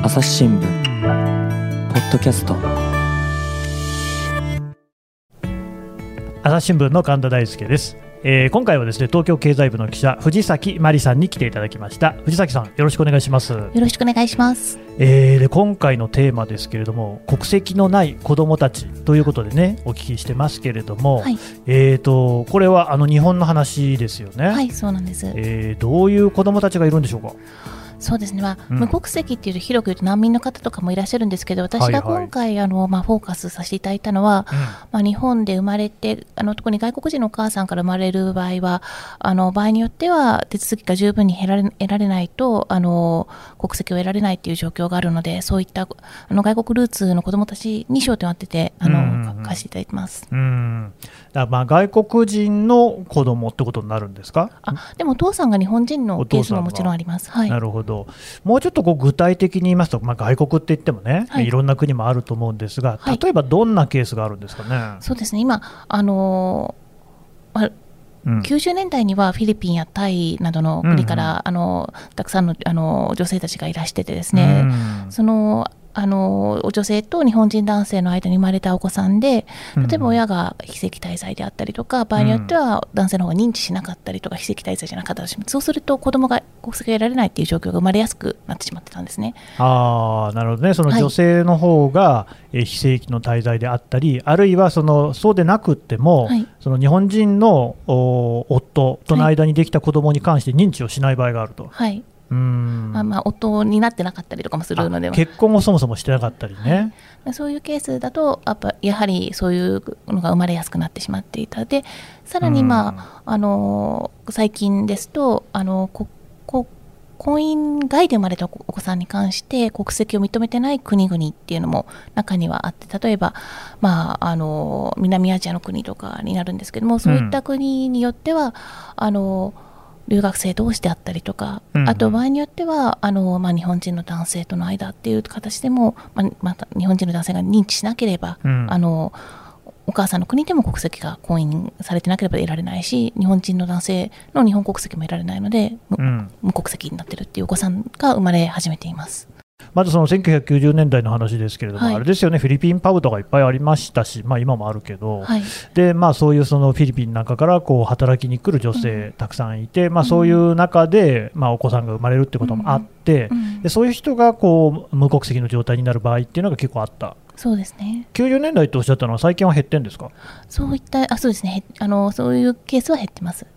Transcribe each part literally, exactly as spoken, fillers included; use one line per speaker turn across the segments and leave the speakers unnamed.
朝日新聞ポッドキャスト。
朝日新聞の神田大輔です。えー、今回はですね、東京経済部の記者藤崎真理さんに来ていただきました。藤崎さん、よろしくお願いします。
よろしくお願いします。
えー、で今回のテーマですけれども、国籍のない子どもたちということでね、お聞きしてますけれども、はい、えーとこれはあの日本の話ですよね。
はい、そうなんです。
えー、どういう子どもたちがいるんでしょうか。
そうですね、まあうん、無国籍っていうと広く言うと難民の方とかもいらっしゃるんですけど、私が今回、はいはい、あのまあ、フォーカスさせていただいたのは、うんまあ、日本で生まれてあの特に外国人のお母さんから生まれる場合はあの場合によっては手続きが十分に得られ、得られないとあの国籍を得られないという状況があるので、そういったあの外国ルーツの子どもたちに焦点を当ててあの、うんうんうん、書かせていただいてます。
うんだまあ外国人の子どもってことになるんですか。
あでもお父さんが日本人のケースももちろんあります。はい、
なるほど。もうちょっとこう具体的に言いますと、まあ、外国って言ってもね、はい、いろんな国もあると思うんですが、例えばどんなケースがあるんですかね。はい、
そうですね、今あのーうん、きゅうじゅうねんだいにはフィリピンやタイなどの国から、うんうん、あのたくさんの、あの女性たちがいらしててですね、うん、そのあの女性と日本人男性の間に生まれたお子さんで、例えば親が非正規滞在であったりとか、場合によっては男性の方が認知しなかったりとか、非正規滞在じゃなかったりします。そうすると子供が国籍が得られないという状況が生まれやすくなってしまってたんですね。
あなるほどね。その女性の方が非正規の滞在であったり、はい、あるいはそのそうでなくっても、はい、その日本人の夫との間にできた子供に関して認知をしない場合があると。はい
うんまあ、まあ夫になってなかったりとかもするので、
結婚をそもそもしてなかったりね、
はい、そういうケースだとやっぱやはりそういうのが生まれやすくなってしまっていた。でさらに、まあ、あの最近ですとあのここ婚姻外で生まれたお子さんに関して国籍を認めてない国々っていうのも中にはあって、例えば、まあ、あの南アジアの国とかになるんですけども、そういった国によっては、うん、あの留学生同士であったりとか、うん、あと場合によってはあの、まあ、日本人の男性との間っていう形でも、まあ、また日本人の男性が認知しなければ、うん、あのお母さんの国でも国籍が婚姻されてなければ得られないし、日本人の男性の日本国籍も得られないので、うん、無国籍になっているっていうお子さんが生まれ始めています。
まずそのせんきゅうひゃくきゅうじゅうねんだいの話ですけれども、はい、あれですよね、フィリピンパブとかいっぱいありましたし、まあ、今もあるけど、はい、でまあ、そういうそのフィリピンなんかからこう働きに来る女性たくさんいて、うんまあ、そういう中で、まあ、お子さんが生まれるってこともあって、うん、でそういう人がこう無国籍の状態になる場合っていうのが結構あった。
そうですね。
きゅうじゅうねんだいっておっしゃったのは最近は減ってんですか。
そういったあそうですね、あのそういうケースは減ってます。
うん、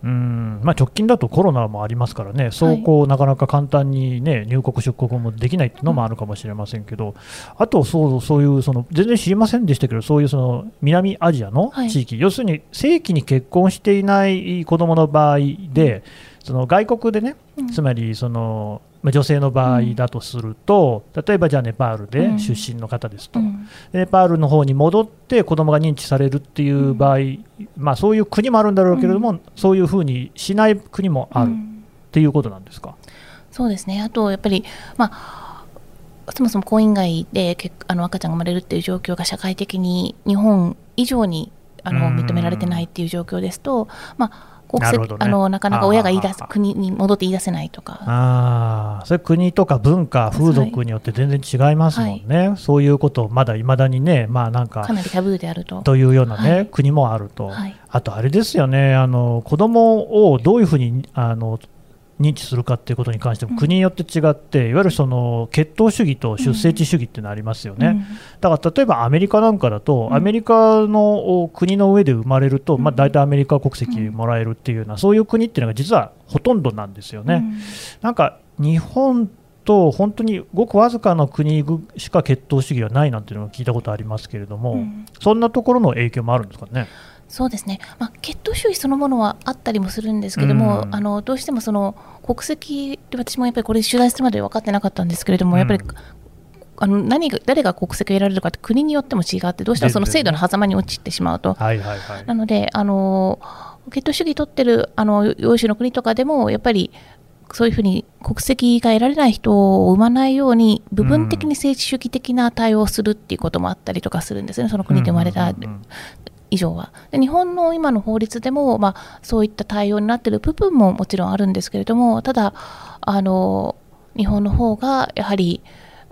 まあ、直近だとコロナもありますからね、そうこう、はい、なかなか簡単に、ね、入国出国もできないっていうのもあるかもしれませんけど、うん、あとそうそういうその全然知りませんでしたけど、そういうその南アジアの地域、はい、要するに正規に結婚していない子どもの場合で、その外国でね、うん、つまりその女性の場合だとすると、うん、例えばじゃあネパールで出身の方ですと、うん、ネパールの方に戻って子供が認知されるっていう場合、うん、まあ、そういう国もあるんだろうけれども、うん、そういうふうにしない国もあるっていうことなんですか。
そうですね。あとやっぱり、まあ、そもそも婚姻外であの赤ちゃんが生まれるっていう状況が社会的に日本以上にあの認められてないっていう状況ですと、まあ国籍、ね、あのなかなか親が言い出す国に戻って言い出せないとか、
あそれ国とか文化風俗によって全然違いますもんね、はい、そういうことをまだいまだにね、まあ、なんか
かなりタブーであると
というような、ねはい、国もあると、はい、あとあれですよね、あの子供をどういうふうにあの認知するかっていうことに関しても国によって違って、うん、いわゆるその血統主義と出生地主義っていうのがありますよね、うん、だから例えばアメリカなんかだと、うん、アメリカの国の上で生まれると、まあ、大体アメリカ国籍もらえるっていうような、そういう国っていうのが実はほとんどなんですよね、うん、なんか日本と本当にごくわずかの国しか血統主義はないなんていうのを聞いたことありますけれども、うん、そんなところの影響もあるんですかね。
そうですね、まあ、血統主義そのものはあったりもするんですけども、うん、あのどうしてもその国籍で、私もやっぱりこれ取材するまで分かってなかったんですけれども、うん、やっぱりあの何が誰が国籍を得られるかって国によっても違って、どうしてもその制度の狭間に陥ってしまうと、はいはいはい、なのであの血統主義取ってるあの欧州の国とかでもやっぱりそういうふうに国籍が得られない人を生まないように部分的に政治主義的な対応をするっていうこともあったりとかするんですね、その国で生まれた以上は。で日本の今の法律でも、まあ、そういった対応になっている部分ももちろんあるんですけれども、ただあの日本の方がやはり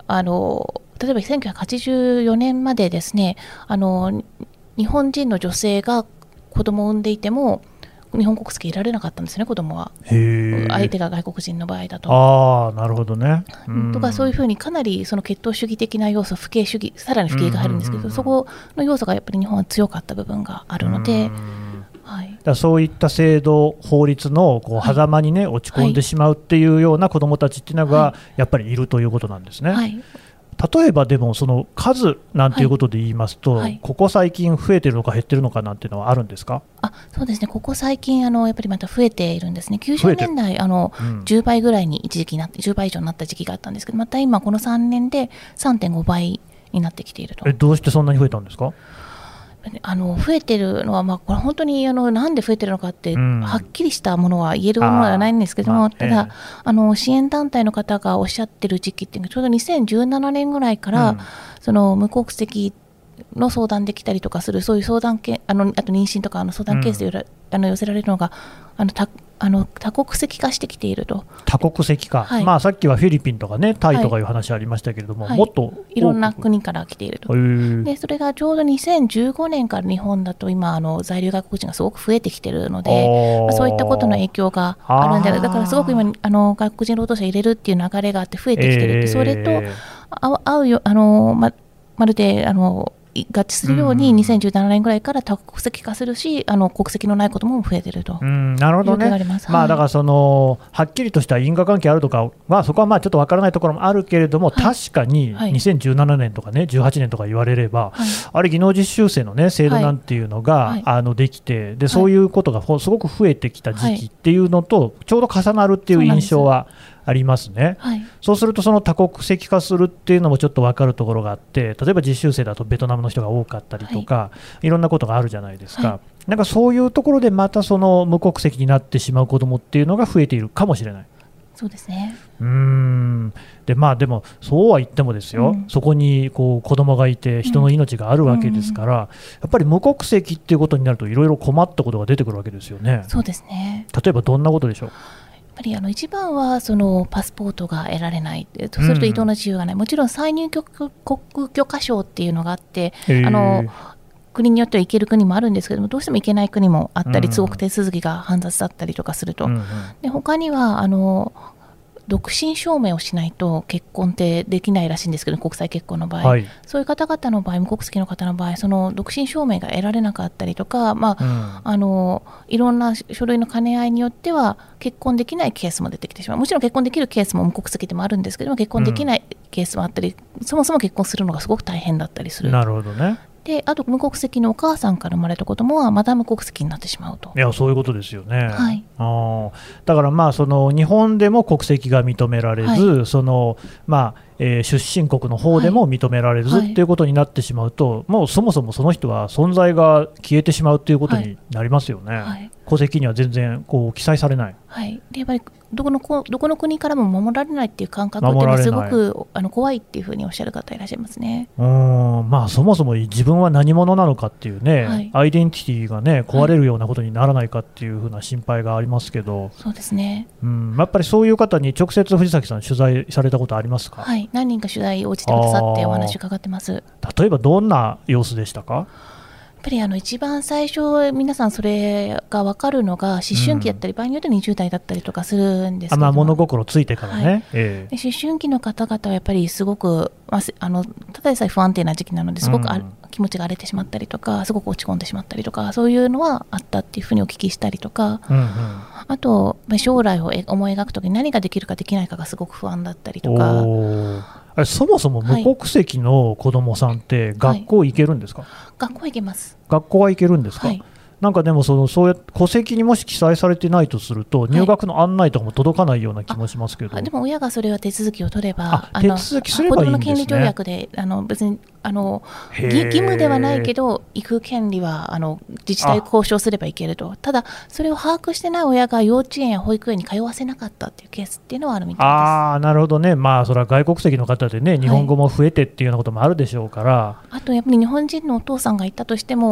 あの例えばせんきゅうひゃくはちじゅうよねんまでですね、あの日本人の女性が子供を産んでいても日本国籍得られなかったんですね、子供は。相手が外国人の場合だと。
ああ、なるほどね。
とかそういうふうにかなりその血統主義的な要素、父系主義、さらに父系が入るんですけど、そこの要素がやっぱり日本は強かった部分があるので、はい、
だそういった制度、法律のこう狭間に、ね、はい、落ち込んでしまうっていうような子どもたちっていうのがやっぱりいるということなんですね。はい、例えばでもその数なんていうことで言いますと、はいはい、ここ最近増えてるのか減ってるのかなんていうのはあるんですか？
あ、そうですね、ここ最近あのやっぱりまた増えているんですね。きゅうじゅうねんだいあの、うん、じゅうばいぐらいに一時期になってじゅうばい以上になった時期があったんですけど、また今このさんねんで さんてんごばいになってきていると。
え、どうしてそんなに増えたんですか？
あの増えているのは、まあ、これ本当にあのなんで増えているのかって、うん、はっきりしたものは言えるものではないんですけども、まあ、ただ、えー、あの支援団体の方がおっしゃってる時期っていうのはちょうどにせんじゅうななねんぐらいから、うん、その無国籍の相談できたりとかする、そういう相談けあのあと妊娠とかの相談ケースで、うん、あの寄せられるのがあのたあの多国籍化してきていると。
多国籍化、はい、まあ、さっきはフィリピンとかね、タイとかいう話ありましたけれども、はい、もっと
いろんな国から来ていると。でそれがちょうどにせんじゅうごねんから日本だと今あの在留外国人がすごく増えてきているので、まあ、そういったことの影響があるんじゃないか。だからすごく今あの外国人労働者入れるっていう流れがあって増えてきているって、えー、それとあ合うよあの、ま、まるであの合致するようににせんじゅうななねんぐらいから多国籍化するし、あの国籍のない子どもも増えていると。
うん、なるほどね。まあ、だからそのはっきりとした因果関係あるとかはそこはまあちょっとわからないところもあるけれども、はい、確かににせんじゅうななねんとかねじゅうはちねんとか言われれば、はい、あれ技能実習生の、ね、制度なんていうのが、はい、あのできてでそういうことがすごく増えてきた時期っていうのとちょうど重なるっていう印象はありますね。はい、そうするとその多国籍化するっていうのもちょっと分かるところがあって、例えば実習生だとベトナムの人が多かったりとか、はい、いろんなことがあるじゃないですか。はい、なんかそういうところでまたその無国籍になってしまう子どもっていうのが増えているかもしれない。
そうですね。
うーんでまあ、でもそうは言ってもですよ、うん、そこにこう子供がいて人の命があるわけですから、うん、やっぱり無国籍っていうことになるといろいろ困ったことが出てくるわけですよね。
そうですね。
例えばどんなことでしょう？
やっぱりあの一番はそのパスポートが得られない、そうすると移動の自由がない、うん、もちろん再入国許可証っていうのがあって、あの国によっては行ける国もあるんですけども、どうしても行けない国もあったり、すごく手続きが煩雑だったりとかすると、うんうん、で他にはあの独身証明をしないと結婚ってできないらしいんですけど、国際結婚の場合、はい、そういう方々の場合、無国籍の方の場合、その独身証明が得られなかったりとか、まあうん、あのいろんな書類の兼ね合いによっては結婚できないケースも出てきてしまう。もちろん結婚できるケースも無国籍でもあるんですけども、結婚できないケースもあったり、うん、そもそも結婚するのがすごく大変だったりする。
なるほどね。
であと無国籍のお母さんから生まれた子供はまた無国籍になってしまうと。
いやそういうことですよね。
はい、
あだからまあその日本でも国籍が認められず、はい、そのまあえー、出身国の方でも認められず、はい、っていうことになってしまうと、もうそもそもその人は存在が消えてしまうということになりますよね。はいはい、戸籍には全然こう記載されない。
はい、でやっぱりどこのこどこの国からも守られないっていう感覚っていうのはすごくあの怖いっていうふうにおっしゃる方いらっしゃいますね。
うーん、まあ、そもそも自分は何者なのかっていうね、はい、アイデンティティがね壊れるようなことにならないかっていうふうな心配がありますけど、
そうですね。
うん、やっぱりそういう方に直接藤崎さん取材されたことありますか？
はい、何人か取材応じてくださってお話伺ってます。
例えばどんな様子でしたか？
やっぱりあの一番最初皆さんそれが分かるのが思春期だったり、うん、場合によってはにじゅう代だったりとかするんですけど、
あ、まあ、物心ついてからね、はい
えー、で思春期の方々はやっぱりすごく、まあ、あのただでさえ不安定な時期なのですごくあ、うん、気持ちが荒れてしまったりとかすごく落ち込んでしまったりとかそういうのはあったっていうふうにお聞きしたりとか、うんうん、あと将来を思い描くときに何ができるかできないかがすごく不安だったりとか。
あれそもそも無国籍の子どもさんって学校行けるんですか？はい
はい、学校行けます。
学校は行けるんですか？はい、なんかでもそのそうや戸籍にもし記載されてないとすると入学の案内とかも届かないような気もしますけど、
はい、でも親がそれは手続きを取れば
あ手続きすればいいんですね。子どもの
権利条約であの別にあの義務ではないけど行く権利はあの自治体交渉すればいけると。ただそれを把握してない親が幼稚園や保育園に通わせなかったっていうケースっていうのはあるみたいです。
ああなるほどね。まあそれは外国籍の方でね日本語も増えてっていうようなこともあるでしょうから、
はい、あとやっぱり日本人のお父さんがいたとしても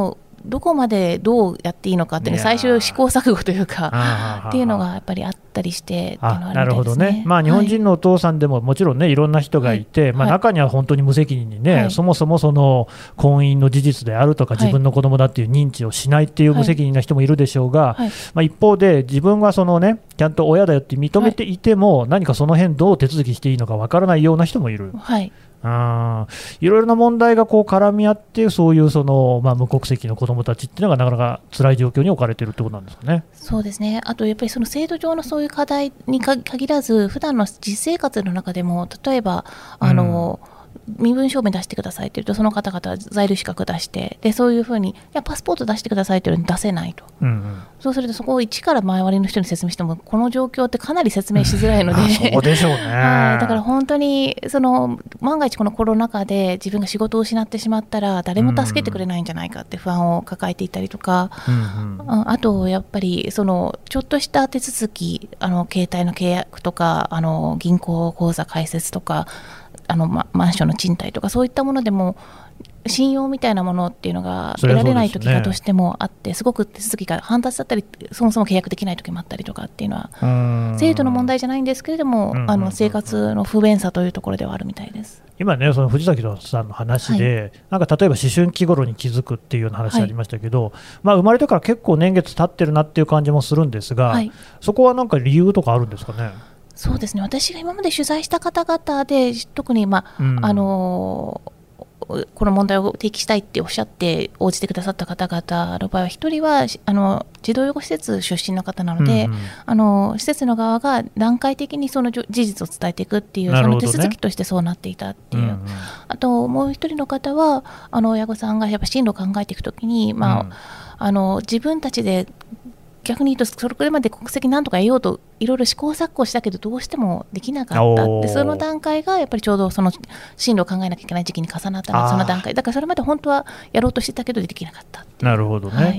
どこまでどうやっていいのかっていうの最終試行錯誤というかっていうのがやっぱりあったりしてっていうのはあるみたいですね。
なるほどね、まあ、日本人のお父さんでももちろんねいろんな人がいて、はい、まあ、中には本当に無責任にね、はい、そもそもその婚姻の事実であるとか自分の子供だっていう認知をしないっていう無責任な人もいるでしょうが、はいはい、まあ、一方で自分はそのねちゃんと親だよって認めていても、はい、何かその辺どう手続きしていいのかわからないような人もいる。
はい、
あいろいろな問題がこう絡み合ってそういうその、まあ、無国籍の子どもたちっていうのがなかなか辛い状況に置かれているってことなんですかね。
そうですね。あとやっぱりその制度上のそういう課題に限らず普段の実生活の中でも例えばあの、うん身分証明出してくださいって言うとその方々は在留資格出してでそういうふうにいやパスポート出してくださいって言うのに出せないと、うんうん、そうするとそこを一から周りの人に説明してもこの状況ってかなり説明しづらいので
そうでしょうね
はい、だから本当にその万が一このコロナ禍で自分が仕事を失ってしまったら誰も助けてくれないんじゃないかって不安を抱えていたりとか、うんうん、あとやっぱりそのちょっとした手続きあの携帯の契約とかあの銀行口座開設とかあのマンションの賃貸とかそういったものでも信用みたいなものっていうのが得られない時がどうしてもあって す, すごく手続きが煩雑だったりそもそも契約できない時もあったりとかっていうのは制度の問題じゃないんですけれども、うんうんうん、あの生活の不便さというところではあるみたいです。
今ねその藤崎さんの話で、はい、なんか例えば思春期頃に気づくっていうような話ありましたけど、はい、まあ、生まれてから結構年月経ってるなっていう感じもするんですが、はい、そこはなんか理由とかあるんですかね。
そうですね、私が今まで取材した方々で特に、まあうん、あのこの問題を提起したいっておっしゃって応じてくださった方々の場合は一人はあの児童養護施設出身の方なので、うんうん、あの施設の側が段階的にその事実を伝えていくっていう、ね、その手続きとしてそうなっていたっていう、うんうん、あともう一人の方はあの親御さんがやっぱ進路を考えていくときに、まあうん、あの自分たちで逆に言うとそれまで国籍なんとか得ようといろいろ試行錯誤したけどどうしてもできなかったでその段階がやっぱりちょうどその進路を考えなきゃいけない時期に重なったのでその段階だからそれまで本当はやろうとしてたけどできなかったっていう。
なるほどね、はい、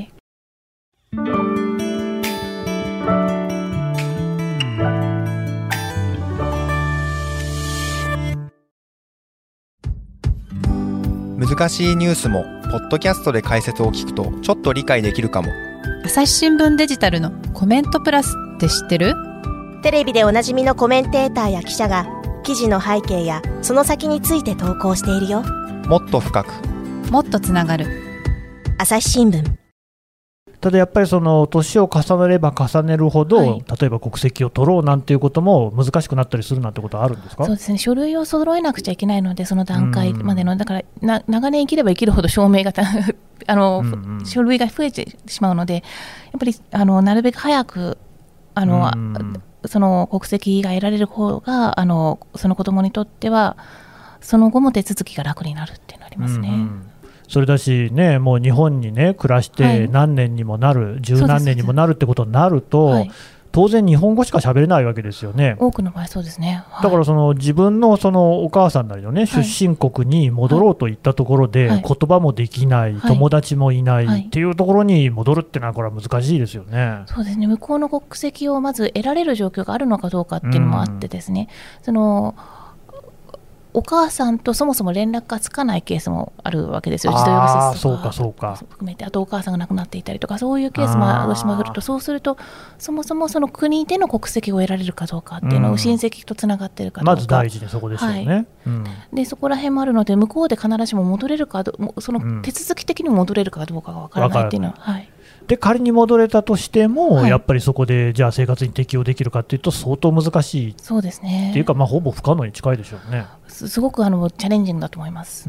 難しいニュースもポッドキャストで解説を聞くとちょっと理解できるかも。
朝日新聞デジタルのコメントプラスって知ってる？
テレビでおなじみのコメンテーターや記者が記事の背景やその先について投稿しているよ。
もっと深く
もっとつながる
朝日新聞。
ただやっぱりその年を重ねれば重ねるほど、はい、例えば国籍を取ろうなんていうことも難しくなったりするなんてことはあるんですか？
そうですね、書類を揃えなくちゃいけないのでその段階までのだからな長年生きれば生きるほど証明があの、うんうん、書類が増えてしまうのでやっぱりあのなるべく早くあの、うん、その国籍が得られる方があのその子どもにとってはその後も手続きが楽になるっていうのがありますね。うんうん、
それだしね、もう日本に、ね、暮らして何年にもなる、はい、十何年にもなるってことになると、はい、当然日本語しか喋れないわけですよね。
多くの場合そうですね、はい、
だからその自分のそのお母さんなりの、ね、出身国に戻ろうといったところで、はい、言葉もできない、はい、友達もいない、はい、っていうところに戻るっていうのはこれは難しいですよね。
そうですね、向こうの国籍をまず得られる状況があるのかどうかっていうのもあってですね、うん、そのお母さんとそもそも連絡がつかないケースもあるわけですよ。児童養護施設とか含めて、あとお母さんが亡くなっていたりとかそういうケースもどうしてもあると、そうするとそもそもその国での国籍を得られるかどうかっていうのを親戚とつながっているかどうか、
まず大事にそこですよね、はい、うん、
でそこら辺もあるので向こうで必ずしも戻れるかどその手続き的に戻れるかどうかがわからないっていうのは、はい、
で仮に戻れたとしても、はい、やっぱりそこでじゃあ生活に適応できるかというと相当難しい。
そうですね、
っていうか、まあ、ほぼ不可能に近いでしょうね。
す, すごくあのチャレンジングだと思います。
うん、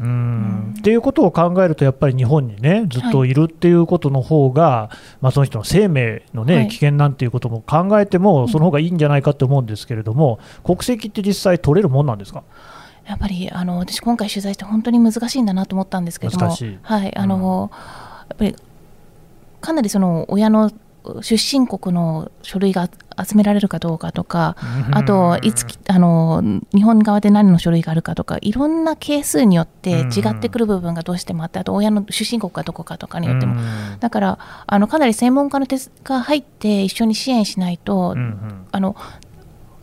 っていうことを考えるとやっぱり日本にねずっといるっていうことの方が、はい、まあ、その人の生命の、ね、はい、危険なんていうことも考えてもその方がいいんじゃないかと思うんですけれども、うん、国籍って実際取れるもんなんですか？
やっぱりあの私今回取材して本当に難しいんだなと思ったんですけども、
難しい、
はい、あの、うん、やっぱりかなりその親の出身国の書類が集められるかどうかとか、あといつあの日本側で何の書類があるかとか、いろんな係数によって違ってくる部分がどうしてもあって、あと親の出身国がどこかとかによっても、だからあのかなり専門家の手が入って一緒に支援しないと、あの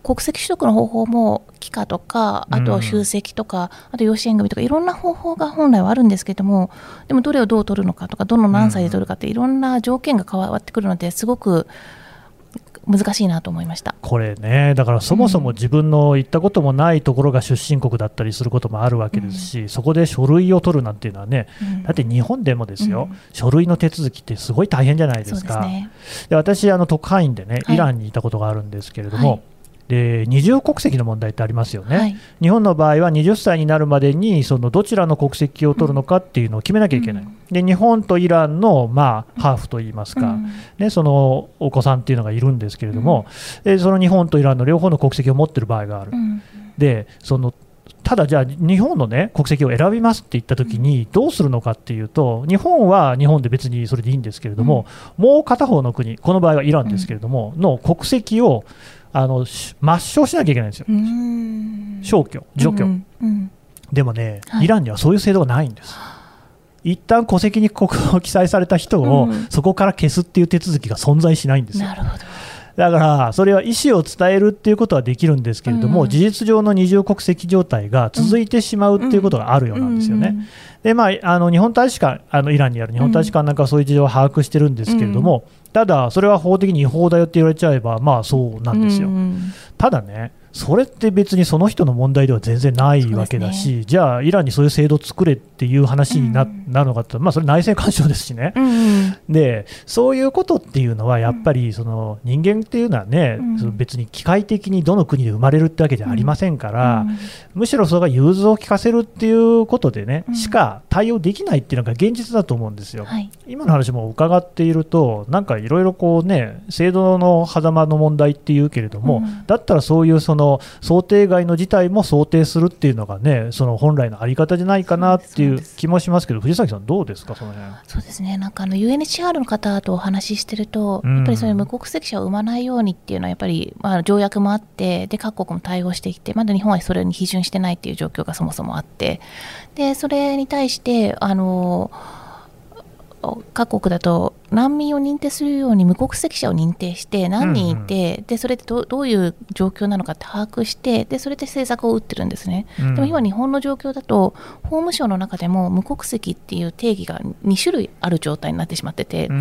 国籍取得の方法も帰化とか、あとは集籍とか、あと養子縁組とかいろんな方法が本来はあるんですけども、でもどれをどう取るのかとか、どの何歳で取るかっていろんな条件が変わってくるので、すごく難しいなと思いました。
これね、だからそもそも自分の行ったこともないところが出身国だったりすることもあるわけですし、うん、そこで書類を取るなんていうのはね、うん、だって日本でもですよ、うん、書類の手続きってすごい大変じゃないですか。そうですね。で、私あの特派員でね、イランにいたことがあるんですけれども、はい、で二重国籍の問題ってありますよね、はい、日本の場合ははたちになるまでにそのどちらの国籍を取るのかっていうのを決めなきゃいけない、うん、で日本とイランの、まあ、ハーフといいますか、うんね、そのお子さんっていうのがいるんですけれども、うん、でその日本とイランの両方の国籍を持っている場合がある、うん、でそのただじゃあ日本の、ね、国籍を選びますって言ったときにどうするのかっていうと、日本は日本で別にそれでいいんですけれども、うん、もう片方の国、この場合はイランですけれども、うん、の国籍をあの抹消しなきゃいけないんですよ、消去、除去、うんうん、でもね、はい、イランにはそういう制度がないんです。一旦戸籍にここ記載された人を、うん、そこから消すっていう手続きが存在しないんですよ。なるほど。だからそれは意思を伝えるっていうことはできるんですけれども、うん、事実上の二重国籍状態が続いてしまうっていうことがあるようなんですよね、うんうん、でまあ、あの日本大使館、あのイランにある日本大使館なんかはそういう事情を把握してるんですけれども、うん、ただそれは法的に違法だよって言われちゃえばまあそうなんですよ、うん、ただね、それって別にその人の問題では全然ないわけだし、ね、じゃあイランにそういう制度を作れっていう話に な,、うん、なるのかって、まあ、それ内政干渉ですしね、うん、でそういうことっていうのはやっぱりその人間っていうのはね、うん、その別に機械的にどの国で生まれるってわけじゃありませんから、うん、むしろそれが融通を利かせるっていうことでね、うん、しか対応できないっていうのが現実だと思うんですよ、はい、今の話も伺っているとなんかいろいろこうね、制度の狭間の問題っていうけれども、うん、だったらそういうその想定外の事態も想定するっていうのがね、その本来のあり方じゃないかなっていう気もしますけど、藤崎さんどうですか、その辺。
そうですね、なんかあの ユーエヌエイチアール の方とお話ししてると、やっぱりそういう無国籍者を生まないようにっていうのはやっぱり、まあ、条約もあって、で各国も対応してきて、まだ日本はそれに批准してないっていう状況がそもそもあって、でそれに対してあの各国だと難民を認定するように無国籍者を認定して何人いて、うんうん、でそれで ど, どういう状況なのかって把握して、でそれで政策を打ってるんですね、うん、でも今日本の状況だと法務省の中でも無国籍っていう定義がに種類ある状態になってしまってて、うん、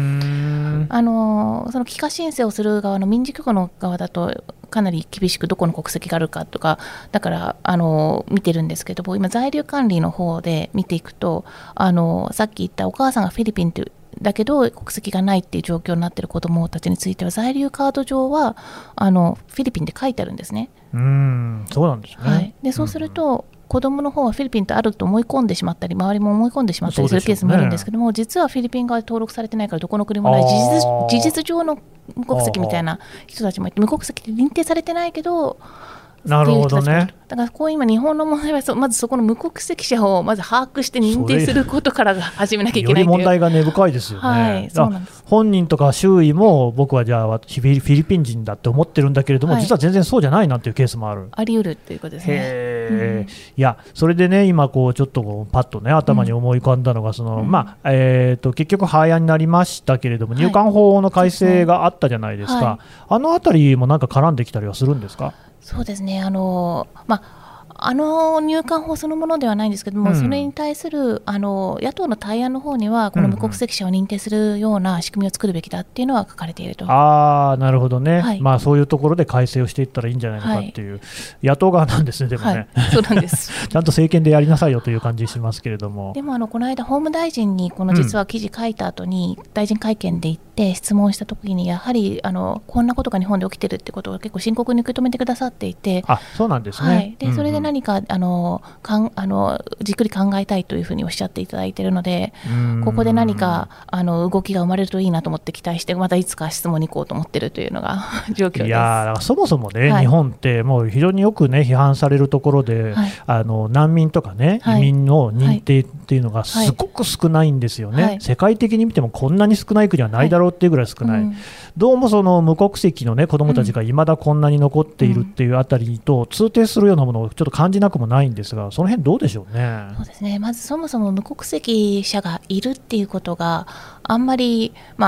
あのその帰化申請をする側の民事許可の側だとかなり厳しくどこの国籍があるかとかだからあの見てるんですけども、今在留管理の方で見ていくと、あのさっき言ったお母さんがフィリピンっていうだけど国籍がないっていう状況になっている子どもたちについては在留カード上はあのフィリピンで書いてあるんですね。
うーん、そうなんですね、
はい、でそうすると、うん、子どもの方はフィリピンとあると思い込んでしまったり、周りも思い込んでしまったりするケースもあるんですけども、ね、実はフィリピン側で登録されてないからどこの国もない事実、事実上の無国籍みたいな人たちもいて、無国籍で認定されてないけど、
なるほどね。
だからこう今日本の問題はまずそこの無国籍者をまず把握して認定することからが始めなきゃいけないという、より
問題が根深いですよね、はい、そうなんです。本人とか周囲も僕はじゃあフィリピン人だって思ってるんだけれども、はい、実は全然そうじゃないなんていうケースもある、
あり得るっていうことですね。
へ、うん、いやそれでね、今こうちょっとこうパッとね頭に思い浮かんだのが、その、うん、まあえー、と結局廃案になりましたけれども、入管法の改正があったじゃないですか、はい、あのあたりもなんか絡んできたりはするんですか。
そうですね、あの、まああの入管法そのものではないんですけども、うん、それに対するあの野党の対案の方にはこの無国籍者を認定するような仕組みを作るべきだっていうのは書かれていると、
うんうん、あなるほどね、はい、まあ、そういうところで改正をしていったらいいんじゃないのかっていう、はい、野党側なんですね、でもね、
はい、そうなんです
ちゃんと政権でやりなさいよという感じしますけれども、
でもあのこの間法務大臣にこの実は記事書いた後に大臣会見で言って質問したときに、やはりあのこんなことが日本で起きてるってことを結構深刻に受け止めてくださっていて、
あそうなんですね、はい、
でそれで何か、うんうん、あのかんあのじっくり考えたいというふうにおっしゃっていただいているので、ここで何かあの動きが生まれるといいなと思って期待して、またいつか質問に行こうと思っているというのが状況です。
いやだからそもそもね、はい、日本ってもう非常によく、ね、批判されるところで、はい、あの難民とか、ね、はい、移民の認定っていうのがすごく少ないんですよね、はい、世界的に見てもこんなに少ない国はないだろうっていうぐらい少ない、はい、うん、どうもその無国籍の、ね、子どもたちがいまだこんなに残っているっていうあたりと通底するようなものをちょっと感じなくもないんですが、その辺どうでしょうね。
そうですね、まずそもそも無国籍者がいるっていうことがあんまり、まあ、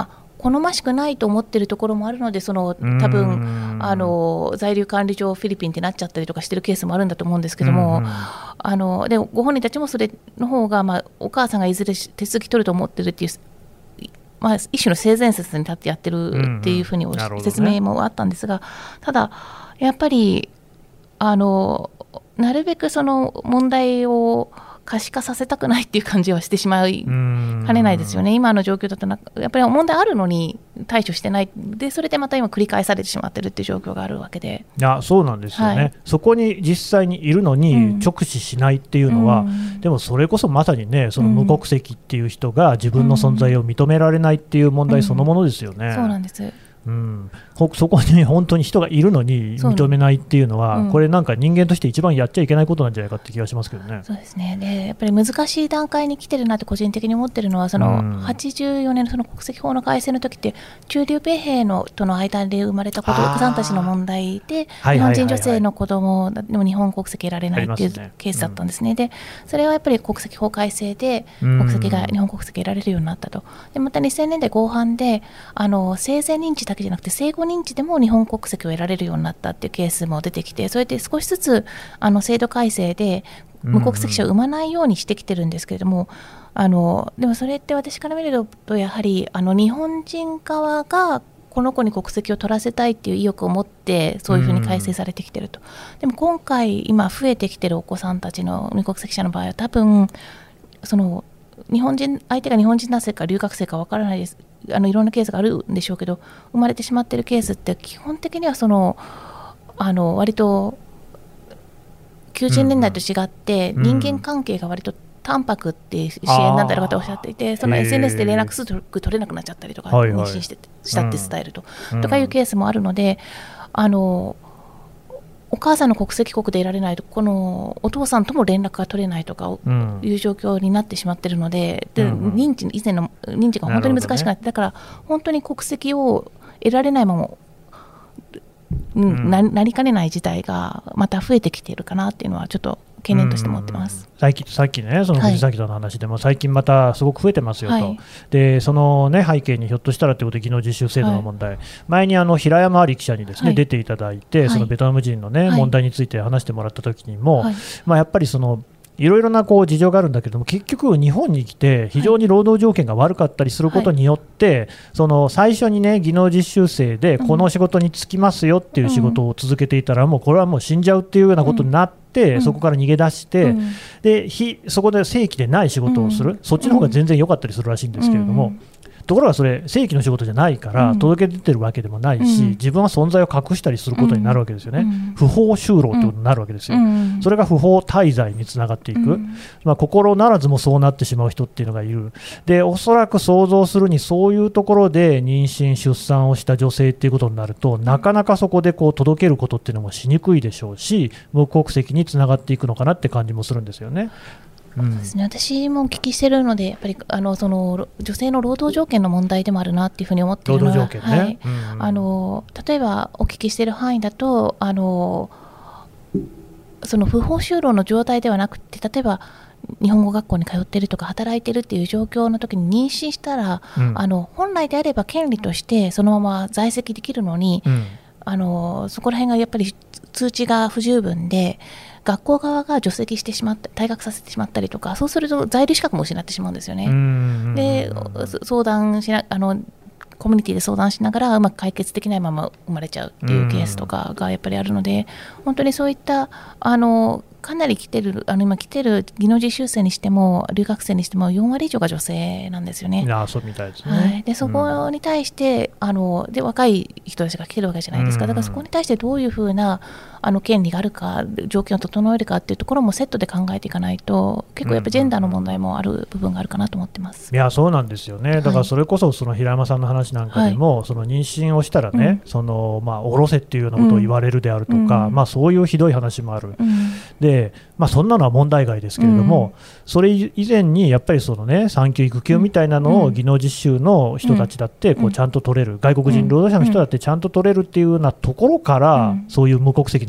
好ましくないと思ってるところもあるので、その多分あの在留管理上フィリピンってなっちゃったりとかしてるケースもあるんだと思うんですけども、あのでご本人たちもそれの方が、まあ、お母さんがいずれ手続き取ると思ってるっていう、まあ、一種の性善説に立ってやってるっていうふうに、うんうんね、説明もあったんですが、ただやっぱりあのなるべくその問題を可視化させたくないっていう感じはしてしまいかねないですよね。今の状況だとなやっぱり問題あるのに対処してないで、それでまた今繰り返されてしまってるっていう状況があるわけで。
いやそうなんですよね、はい、そこに実際にいるのに直視しないっていうのは、うん、でもそれこそまさにね、その無国籍っていう人が自分の存在を認められないっていう問題そのものですよね、
うんうん、そうなんです。
うん、そこに本当に人がいるのに認めないっていうのは、うん、これなんか人間として一番やっちゃいけないことなんじゃないかって気がしますけどね。
そうですね。でやっぱり難しい段階に来てるなって個人的に思ってるのは、その、うん、はちじゅうよねんのその国籍法の改正の時って駐留米兵のとの間で生まれた子供さんたちの問題で、日本人女性の子供でも日本国籍得られないっていうケースだったんですね。うん、でそれはやっぱり国籍法改正で国籍が、うん、日本国籍得られるようになったと。でまたにせんねんだいこう半であの生前認知だけじゃなくて生後認知でも日本国籍を得られるようになったっていうケースも出てきて、それで少しずつあの制度改正で無国籍者を生まないようにしてきてるんですけれども、うんうん、あのでもそれって私から見るとやはりあの日本人側がこの子に国籍を取らせたいっていう意欲を持ってそういうふうに改正されてきてると、うん、でも今回今増えてきてるお子さんたちの無国籍者の場合は多分その日本人相手が日本人男性か留学生か分からないです。あのいろんなケースがあるんでしょうけど、生まれてしまっているケースって基本的にはそのあの割ときゅうじゅうねんだいと違って人間関係が割と淡白っていう支援なんだろうとおっしゃっていて、その エスエヌエス で連絡すぐ取れなくなっちゃったりとか、妊娠してしたって伝えると、とかいうケースもあるので、あのお母さんの国籍国で得られないとこのお父さんとも連絡が取れないとかいう状況になってしまっているので、で認知以前の認知が本当に難しくなって、ね、だから本当に国籍を得られないまま、うん、な, なりかねない事態がまた増えてきているかなっていうのはちょっと懸念として持ってます。
最近さっきね、その藤崎さんの話でも、はい、最近またすごく増えてますよと、はい、でその、ね、背景にひょっとしたらということで技能実習制度の問題、はい、前にあの平山あり記者にですね、はい、出ていただいて、そのベトナム人の、ね、はい、問題について話してもらった時にも、はい、まあ、やっぱりそのいろいろなこう事情があるんだけども、結局日本に来て非常に労働条件が悪かったりすることによって、はい、その最初にね技能実習生でこの仕事に就きますよっていう仕事を続けていたら、もうこれはもう死んじゃうっていうようなことになって、うん、そこから逃げ出して、うん、でひそこで正規でない仕事をする、うん、そっちの方が全然良かったりするらしいんですけれども、うん、ところがそれ正規の仕事じゃないから届け出てるわけでもないし、うん、自分は存在を隠したりすることになるわけですよね、うん、不法就労ということになるわけですよ、うん、それが不法滞在につながっていく、うん、まあ、心ならずもそうなってしまう人っていうのがいる。でおそらく想像するにそういうところで妊娠出産をした女性っていうことになると、なかなかそこでこう届けることっていうのもしにくいでしょうし、無国籍につながっていくのかなって感じもするんですよね。
そうですね、私もお聞きしているので、やっぱりあのその女性の労働条件の問題でもあるなっていうふうに思っているのは、労働条件ね、はい、うん、あの例えばお聞きしている範囲だと、あのその不法就労の状態ではなくて、例えば日本語学校に通っているとか働いているっていう状況の時に妊娠したら、うん、あの本来であれば権利としてそのまま在籍できるのに、うん、あのそこら辺がやっぱり通知が不十分で、学校側が除籍してしまった、退学させてしまったりとか、そうすると在留資格も失ってしまうんですよね。で相談しなあのコミュニティで相談しながらうまく解決できないまま生まれちゃうっていうケースとかがやっぱりあるので、本当にそういったあのかなり来てるあの今来てる技能実習生にしても留学生にしてもよんわり以上が女性なんですよね。
いやそうみたいですね、
はい、でそこに対して、うん、あので若い人たちが来てるわけじゃないですか。だからそこに対してどういうふうなあの権利があるか、条件を整えるかっていうところもセットで考えていかないと、結構やっぱジェンダーの問題もある部分があるかなと思ってます。
いやそうなんですよね。だからそれこそその平山さんの話なんかでも、はい、その妊娠をしたらね、うん、そのまあ下ろせっていうようなことを言われるであるとか、うん、まあそういうひどい話もある、うん、でまあそんなのは問題外ですけれども、うん、それ以前にやっぱりそのね産休育休みたいなのを技能実習の人たちだってこうちゃんと取れる、外国人労働者の人だってちゃんと取れるっていうようなところから、うん、そういう無国籍の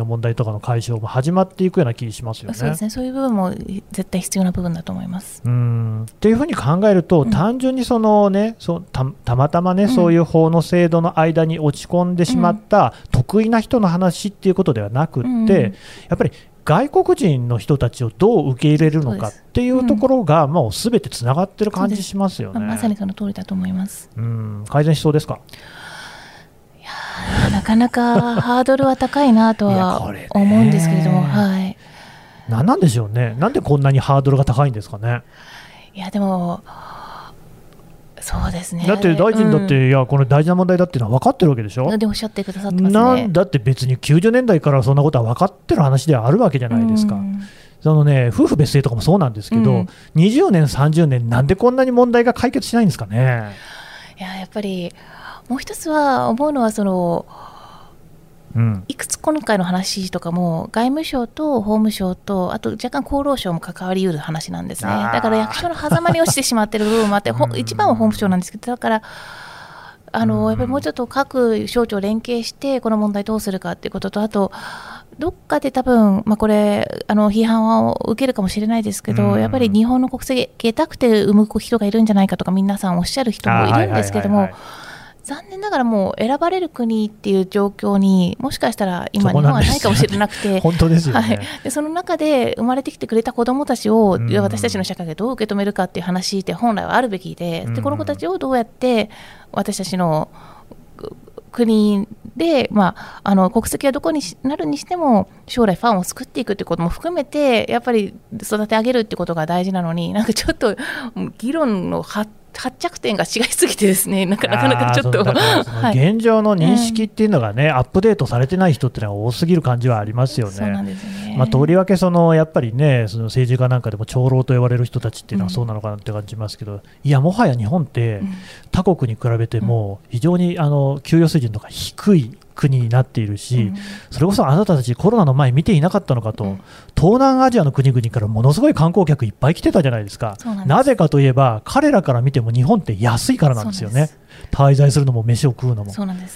の問題とかの解消も始まっていくような気がしますよね。
そうですね、そういう部分も絶対必要な部分だと思います。
うんっていうふうに考えると、うん、単純にその、ね、そ た, たまたま、ねうん、そういう法の制度の間に落ち込んでしまった得意な人の話っていうことではなくって、うん、やっぱり外国人の人たちをどう受け入れるのかっていうところが、うん、もうすべてつながってる感じしますよね。
まさにその通りだと思います。
うん改善しそうですか？
いやなかなかハードルは高いなとは思うんですけれども、はい、
何なんでしょうね。なんでこんなにハードルが高いんですかね。
いやでもそうですね。
だって大臣だって、うん、いやこれ大事な問題だっていうのは分かってるわけでしょ。
でおっしゃってくださってますね。
なんだって別にきゅうじゅうねんだいからそんなことは分かってる話ではあるわけじゃないですか、うん、そのね、夫婦別姓とかもそうなんですけど、うん、にじゅうねんさんじゅうねんなんでこんなに問題が解決しないんですかね。
いややっぱりもう一つは思うのはそのうん、いくつ今回の話とかも外務省と法務省とあと若干厚労省も関わりうる話なんですね。だから役所の狭間に落ちてしまっている部分もあって一番は法務省なんですけど、だからあのやっぱりもうちょっと各省庁連携してこの問題どうするかということと、あとどっかで多分、まあ、これあの批判を受けるかもしれないですけど、やっぱり日本の国籍得たくて産む人がいるんじゃないかとか皆さんおっしゃる人もいるんですけども、残念ながらもう選ばれる国っていう状況にもしかしたら今日本はないかもしれなくて、
本当ですよね、
はい、でその中で生まれてきてくれた子どもたちを、うん、私たちの社会がどう受け止めるかっていう話って本来はあるべき で, でこの子たちをどうやって私たちの国で、まあ、あの国籍はどこになるにしても将来ファンを作っていくということも含めてやっぱり育て上げるってことが大事なのに、なんかちょっと議論の発発着点が違いすぎてですね、なかなかちょっと
現状の認識っていうのがね、うん、アップデートされてない人っていうのが多すぎる感じはありますよね。
そうなんですね。
まあ、とりわけそのやっぱりね、その政治家なんかでも長老と呼ばれる人たちっていうのはそうなのかなって感じますけど、うん、いやもはや日本って他国に比べても非常にあの給与水準とか低い国になっているし、うん、それこそあなたたちコロナの前見ていなかったのかと、うん、東南アジアの国々からものすごい観光客いっぱい来てたじゃないですか。な, なぜかといえば彼らから見ても日本って安いからなんですよね。滞在するのも飯を食うのも。
そうなんです。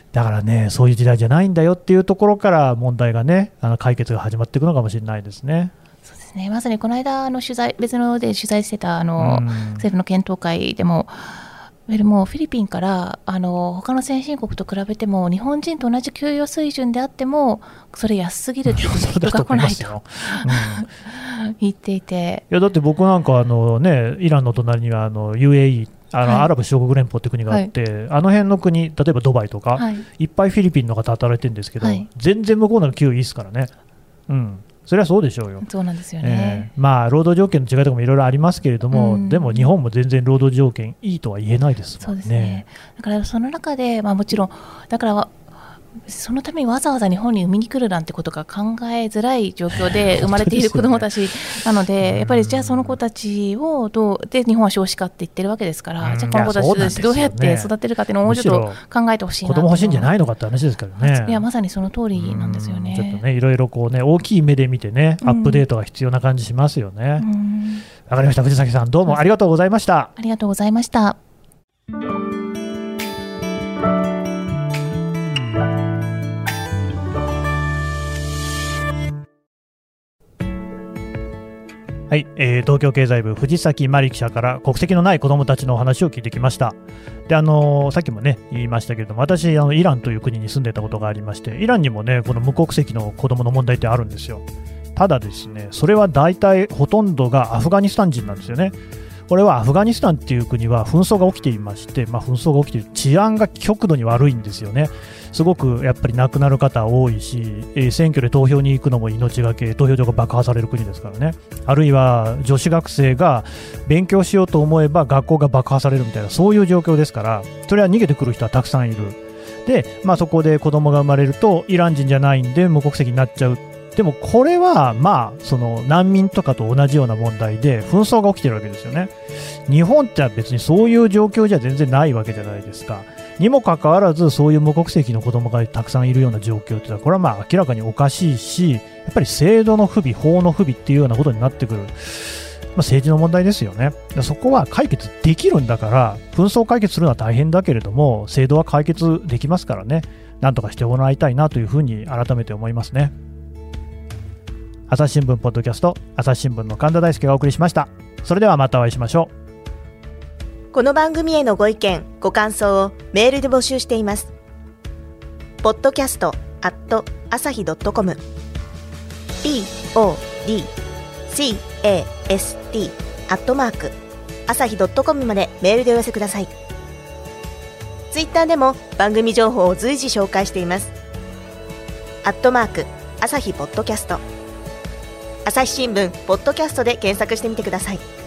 だからね、そういう時代じゃないんだよっていうところから問題がね、あの解決が始まっていくのかもしれないですね。
そうですね。まさにこの間の取材別ので取材してたあの、うん、政府の検討会でももうフィリピンからあの他の先進国と比べても日本人と同じ給与水準であってもそれ安すぎるっていう人が来ないと、うん、言っていて、
いやだって僕なんかあの、ね、イランの隣にはあの ユーエーイー あの、はい、アラブ首長国連邦って国があって、はい、あの辺の国、例えばドバイとか、はい、いっぱいフィリピンの方働いてるんですけど、はい、全然向こうの給与いいですからね。うんそれはそうでしょうよ。
そうなんですよね、
えーまあ、労働条件の違いとかもいろいろありますけれども、うん、でも日本も全然労働条件いいとは言えないですもんね。
そうですね。だからその中で、まあ、もちろんだからそのためにわざわざ日本に産みに来るなんてことが考えづらい状況で生まれている子どもたちなので、やっぱりじゃあその子たちをどうで日本は少子化って言ってるわけですから、じゃあこの子たちどうやって育てるかっていうのをもうちょっと考えてほしいなと。
子供欲しいんじゃないのかって話ですからね。
いやまさにその通りなんですよね。
ちょっとねいろいろこうね大きい目で見てねアップデートが必要な感じしますよね。わかりました。藤崎さんどうもありがとうございました。
ありがとうございました。
はい、えー、東京経済部藤崎真理記者から国籍のない子どもたちのお話を聞いてきました。で、あのー、さっきもね言いましたけれども、私あのイランという国に住んでたことがありまして、イランにもねこの無国籍の子どもの問題ってあるんですよ。ただですね、それは大体ほとんどがアフガニスタン人なんですよね。これはアフガニスタンっていう国は紛争が起きていまして、まあ、紛争が起きている、治安が極度に悪いんですよね。すごくやっぱり亡くなる方多いし、えー、選挙で投票に行くのも命がけ、投票所が爆破される国ですからね。あるいは女子学生が勉強しようと思えば学校が爆破されるみたいな、そういう状況ですから、それは逃げてくる人はたくさんいる。で、まあ、そこで子供が生まれるとイラン人じゃないんで無国籍になっちゃう。でもこれはまあその難民とかと同じような問題で紛争が起きてるわけですよね。日本って別にそういう状況じゃ全然ないわけじゃないですか。にもかかわらずそういう無国籍の子供がたくさんいるような状況っていうのはこれはまあ明らかにおかしいし、やっぱり制度の不備、法の不備っていうようなことになってくる、まあ、政治の問題ですよね。そこは解決できるんだから、紛争を解決するのは大変だけれども制度は解決できますからね。 なんとかしてもらいたいなというふうに改めて思いますね。朝日新聞ポッドキャスト、朝日新聞の神田大輔がお送りしました。それではまたお会いしましょ
う。この番組へのご意見ご感想をメールで募集しています。ポッドキャストアット朝日ドットコム ピーオーディーキャスト アットマーク朝日ドットコムまでメールでお寄せください。ツイッターでも番組情報を随時紹介しています。アットマーク朝日ポッドキャスト、朝日新聞ポッドキャストで検索してみてください。